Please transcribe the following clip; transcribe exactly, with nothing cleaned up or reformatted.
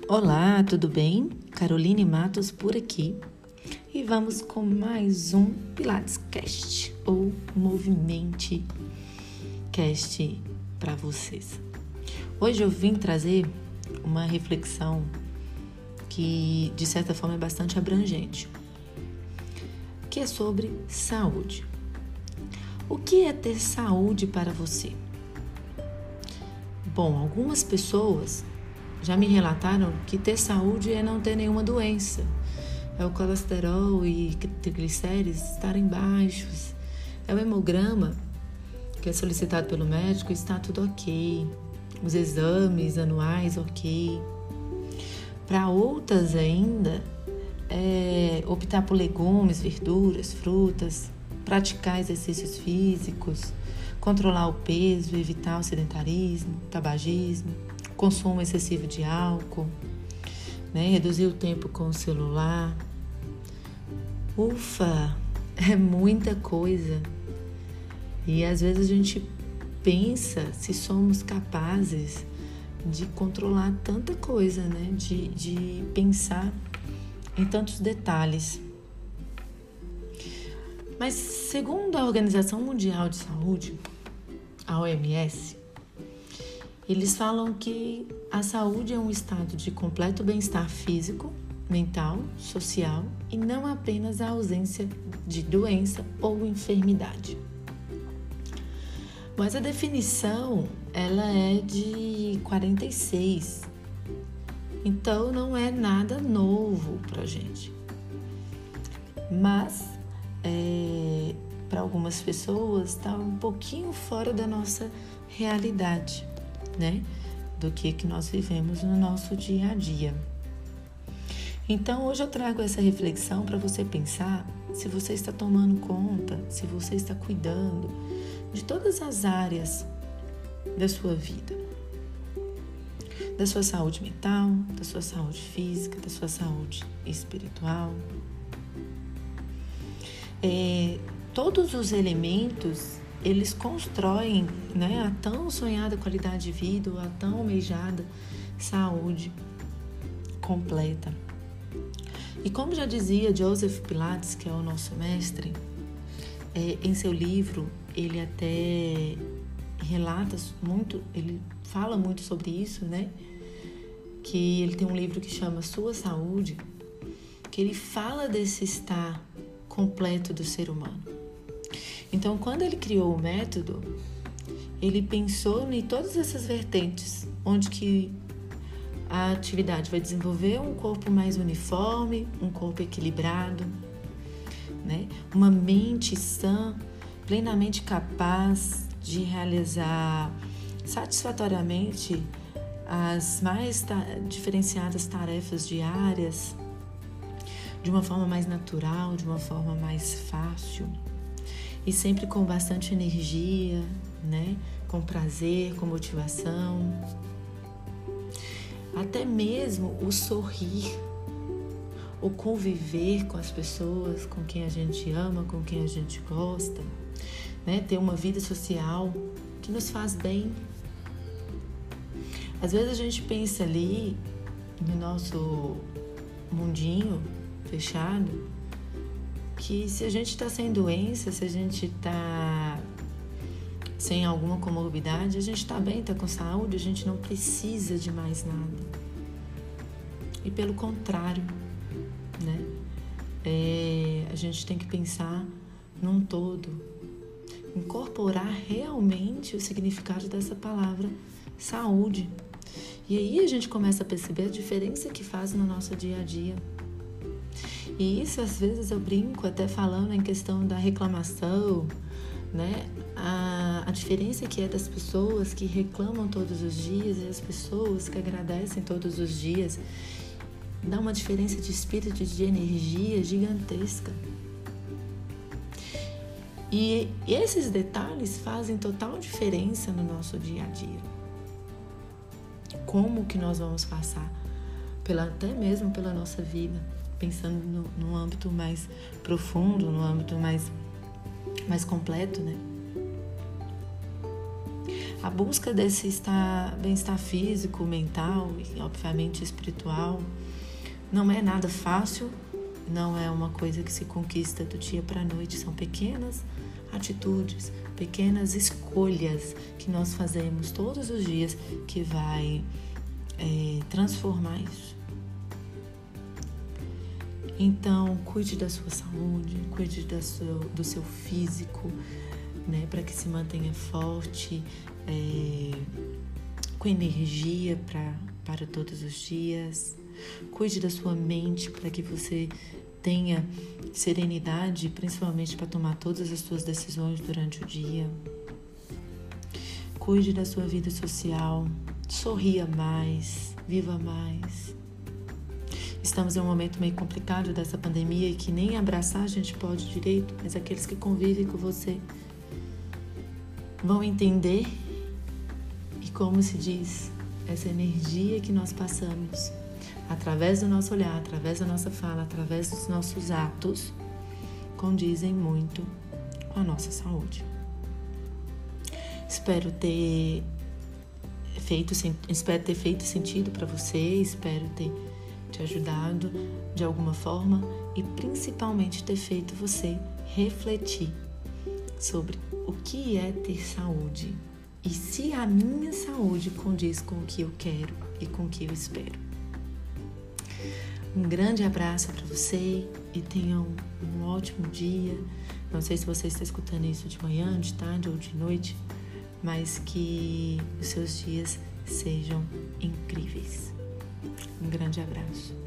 Olá, tudo bem? Caroline Matos por aqui e vamos com mais um Pilates Cast ou Movimente Cast para vocês. Hoje eu vim trazer uma reflexão que de certa forma é bastante abrangente, que é sobre saúde. O que é ter saúde para você? Bom, algumas pessoas já me relataram que ter saúde é não ter nenhuma doença. É o colesterol e triglicérides estarem baixos. É o hemograma que é solicitado pelo médico, está tudo ok. Os exames anuais, ok. Para outras ainda, é optar por legumes, verduras, frutas, praticar exercícios físicos, controlar o peso, evitar o sedentarismo, tabagismo, consumo excessivo de álcool, né? Reduzir o tempo com o celular. Ufa, é muita coisa. E às vezes a gente pensa se somos capazes de controlar tanta coisa, né? De, de pensar em tantos detalhes. Mas segundo a Organização Mundial de Saúde, a O M S, eles falam que a saúde é um estado de completo bem-estar físico, mental, social e não apenas a ausência de doença ou enfermidade. Mas a definição, ela é de quarenta e seis, então não é nada novo pra gente. Mas, é, para algumas pessoas, está um pouquinho fora da nossa realidade, né? Do que, que nós vivemos no nosso dia a dia. Então, hoje eu trago essa reflexão para você pensar se você está tomando conta, se você está cuidando de todas as áreas da sua vida. Da sua saúde mental, da sua saúde física, da sua saúde espiritual. É, todos os elementos, eles constroem, né, a tão sonhada qualidade de vida, a tão almejada saúde completa. E como já dizia Joseph Pilates, que é o nosso mestre, é, em seu livro, ele até relata muito, ele fala muito sobre isso, né? Que ele tem um livro que chama Sua Saúde, que ele fala desse estar completo do ser humano. Então, quando ele criou o método, ele pensou em todas essas vertentes, onde que a atividade vai desenvolver um corpo mais uniforme, um corpo equilibrado, né? Uma mente sã, plenamente capaz de realizar satisfatoriamente as mais ta- diferenciadas tarefas diárias, de uma forma mais natural, de uma forma mais fácil. E sempre com bastante energia, né? Com prazer, com motivação. Até mesmo o sorrir, o conviver com as pessoas com quem a gente ama, com quem a gente gosta, né? Ter uma vida social que nos faz bem. Às vezes a gente pensa ali no nosso mundinho fechado, que se a gente está sem doença, se a gente está sem alguma comorbidade, a gente está bem, está com saúde, a gente não precisa de mais nada. E pelo contrário, né? É, a gente tem que pensar num todo, incorporar realmente o significado dessa palavra saúde. E aí a gente começa a perceber a diferença que faz no nosso dia a dia. E isso, às vezes, eu brinco até falando em questão da reclamação, né? A, a diferença que é das pessoas que reclamam todos os dias e as pessoas que agradecem todos os dias. Dá uma diferença de espírito, de energia gigantesca. E, e esses detalhes fazem total diferença no nosso dia a dia. Como que nós vamos passar, pela, até mesmo pela nossa vida, pensando no, no âmbito mais profundo, no âmbito mais, mais completo, né? A busca desse estar, bem-estar físico, mental e, obviamente, espiritual não é nada fácil, não é uma coisa que se conquista do dia para a noite, são pequenas atitudes, pequenas escolhas que nós fazemos todos os dias que vai é, transformar isso. Então, cuide da sua saúde, cuide da sua, do seu físico, né, para que se mantenha forte, é, com energia pra, para todos os dias. Cuide da sua mente para que você tenha serenidade, principalmente para tomar todas as suas decisões durante o dia. Cuide da sua vida social, sorria mais, viva mais. Estamos em um momento meio complicado dessa pandemia e que nem abraçar a gente pode direito, mas aqueles que convivem com você vão entender. E como se diz, essa energia que nós passamos através do nosso olhar, através da nossa fala, através dos nossos atos, condizem muito com a nossa saúde. Espero ter feito, espero ter feito sentido para você, espero ter te ajudado de alguma forma e principalmente ter feito você refletir sobre o que é ter saúde e se a minha saúde condiz com o que eu quero e com o que eu espero. Um grande abraço para você e tenha um, um ótimo dia. Não sei se você está escutando isso de manhã, de tarde ou de noite, mas que os seus dias sejam incríveis. Um grande abraço.